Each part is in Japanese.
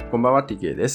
こんばんは、TK です。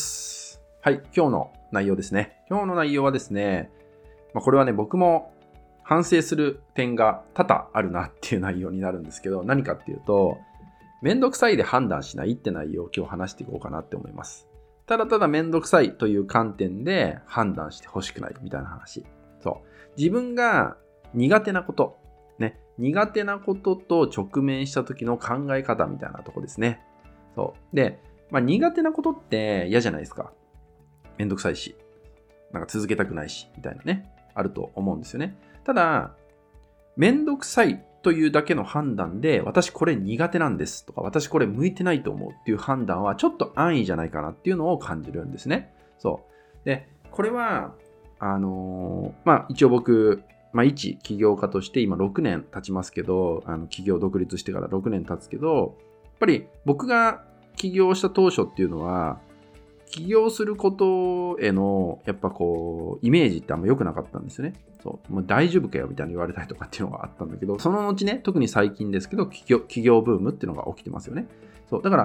はい、今日の内容ですね。今日の内容はですね、これはね、僕も反省する点が多々あるなっていう内容になるんですけど、何かっていうと、めんどくさいで判断しないって内容を今日話していこうかなって思います。ただただめんどくさいという観点で判断してほしくないみたいな話。そう。自分が苦手なこと、ね、苦手なことと直面した時の考え方みたいなとこですね。そう。で、苦手なことって嫌じゃないですか。めんどくさいし、なんか続けたくないし、みたいなね、あると思うんですよね。ただ、めんどくさいというだけの判断で、私これ苦手なんですとか、私これ向いてないと思うっていう判断はちょっと安易じゃないかなっていうのを感じるんですね。そう。で、これは、一応僕、一起業家として今6年経ちますけど、起業独立してから6年経つけど、やっぱり僕が起業した当初っていうのは、起業することへの、やっぱこう、イメージってあんま良くなかったんですよね。そう。もう大丈夫かよみたいに言われたりとかっていうのがあったんだけど、その後ね、特に最近ですけど、起業ブームっていうのが起きてますよね。そう。だから、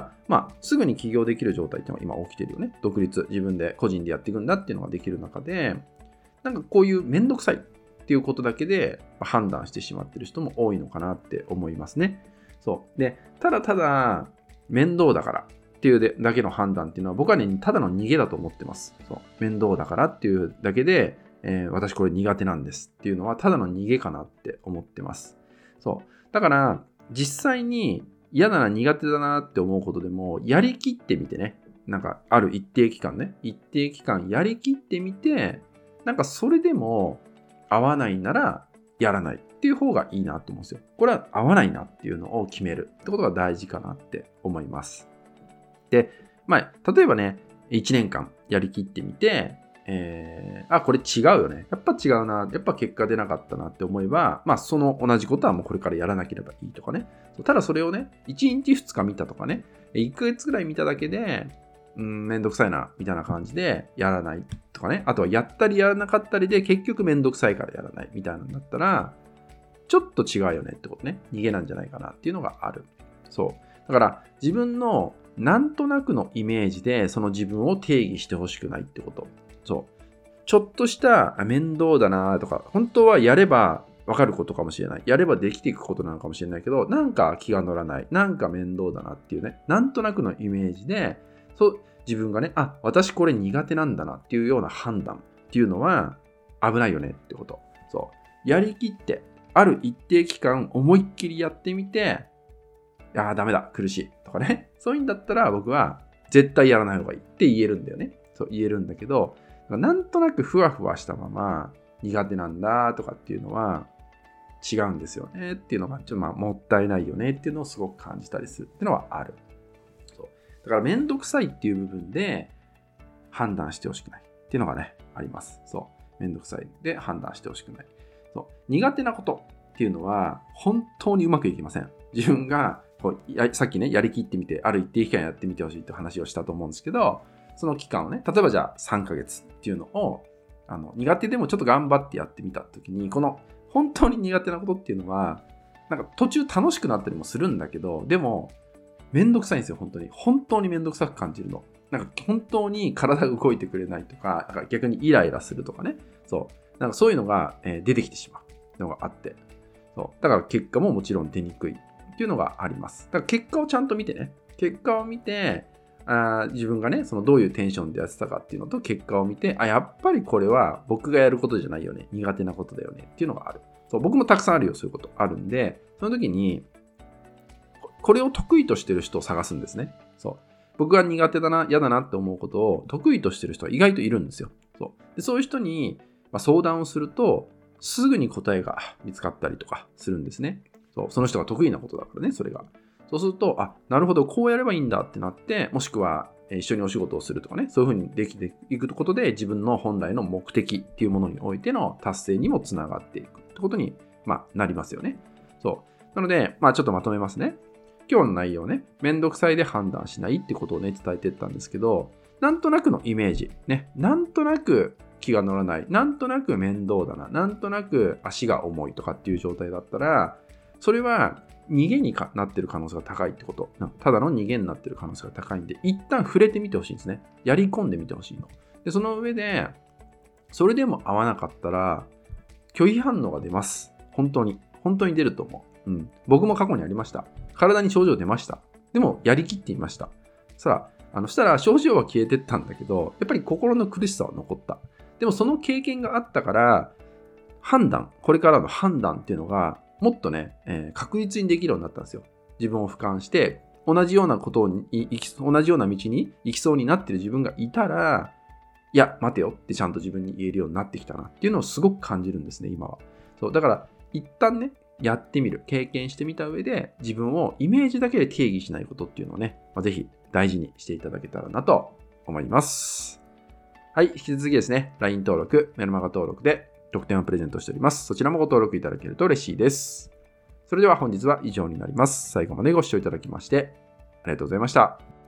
すぐに起業できる状態っていうのが今起きてるよね。独立、自分で個人でやっていくんだっていうのができる中で、なんかこういうめんどくさいっていうことだけで判断してしまってる人も多いのかなって思いますね。そう。で、ただただ、面倒だからっていうだけの判断っていうのは僕はね、ただの逃げだと思ってます。そう。面倒だからっていうだけで、私これ苦手なんですっていうのはただの逃げかなって思ってます。そう。だから、実際に嫌だな、苦手だなって思うことでも、やりきってみてね、なんかある一定期間やりきってみて、なんかそれでも合わないならやらないっていう方がいいなと思うんですよ。これは合わないなっていうのを決めるってことが大事かなって思います。で、例えばね、1年間やりきってみて、これ違うよね。やっぱ違うな。やっぱ結果出なかったなって思えば、その同じことはもうこれからやらなければいいとかね。ただそれをね、1日2日見たとかね、1ヶ月ぐらい見ただけで、めんどくさいな、みたいな感じでやらないとかね。あとはやったりやらなかったりで結局めんどくさいからやらないみたいなんだったら、ちょっと違うよねってことね。逃げなんじゃないかなっていうのがある。そう。だから自分のなんとなくのイメージでその自分を定義してほしくないってこと。そう。ちょっとした面倒だなとか、本当はやればわかることかもしれない。やればできていくことなのかもしれないけど、なんか気が乗らない。なんか面倒だなっていうね。なんとなくのイメージで、自分がね、私これ苦手なんだなっていうような判断っていうのは危ないよねってこと。そう。やりきって、ある一定期間思いっきりやってみて、ダメだ、苦しいとかね。そういうんだったら僕は絶対やらない方がいいって言えるんだよね。そう言えるんだけど、なんとなくふわふわしたまま苦手なんだとかっていうのは違うんですよねっていうのがちょっともったいないよねっていうのをすごく感じたりするっていうのはある。そうだからめんどくさいっていう部分で判断してほしくないっていうのがね、あります。そう。めんどくさいで判断してほしくない。そう。苦手なことっていうのは本当にうまくいきません。自分がさっきね、やりきってみて、ある一定期間やってみてほしいって話をしたと思うんですけど、その期間をね、例えばじゃあ3ヶ月っていうのを、苦手でもちょっと頑張ってやってみたときに、この本当に苦手なことっていうのは、なんか途中楽しくなったりもするんだけど、でも、めんどくさいんですよ、本当に。本当にめんどくさく感じるの。なんか本当に体が動いてくれないとか、なんか逆にイライラするとかね。そう。なんかそういうのが出てきてしまうのがあって。そう。だから結果ももちろん出にくいっていうのがあります。だから結果をちゃんと見てね。結果を見て、自分がね、そのどういうテンションでやってたかっていうのと結果を見て、やっぱりこれは僕がやることじゃないよね。苦手なことだよねっていうのがある。そう。僕もたくさんあるよ、そういうことあるんで、その時に、これを得意としてる人を探すんですね。そう。僕が苦手だな、嫌だなって思うことを得意としてる人は意外といるんですよ。そういう人に相談をすると、すぐに答えが見つかったりとかするんですね。その人が得意なことだからね、それが。そうすると、なるほど、こうやればいいんだってなって、もしくは一緒にお仕事をするとかね、そういうふうにできていくことで自分の本来の目的っていうものにおいての達成にもつながっていくってことに、なりますよね。そう。なので、ちょっとまとめますね。今日の内容ね、めんどくさいで判断しないってことをね、伝えていったんですけど、なんとなくのイメージ、ね、なんとなく気が乗らない、なんとなく面倒だな、なんとなく足が重いとかっていう状態だったら、それは逃げになってる可能性が高いってこと。ただの逃げになってる可能性が高いんで、一旦触れてみてほしいんですね。やり込んでみてほしいの。で、その上で、それでも合わなかったら、拒否反応が出ます。本当に出ると思う。僕も過去にありました。体に症状出ました。でも、やりきっていました。そしたら症状は消えてったんだけど、やっぱり心の苦しさは残った。でも、その経験があったから、これからの判断っていうのが、もっとね、確実にできるようになったんですよ。自分を俯瞰して、同じような道に行きそうになってる自分がいたら、いや、待てよってちゃんと自分に言えるようになってきたなっていうのをすごく感じるんですね、今は。だから、一旦ね、やってみる、経験してみた上で、自分をイメージだけで定義しないことっていうのをね、ぜひ大事にしていただけたらなと思います。はい、引き続きですね、LINE 登録、メルマガ登録で特典をプレゼントしております。そちらもご登録いただけると嬉しいです。それでは本日は以上になります。最後までご視聴いただきましてありがとうございました。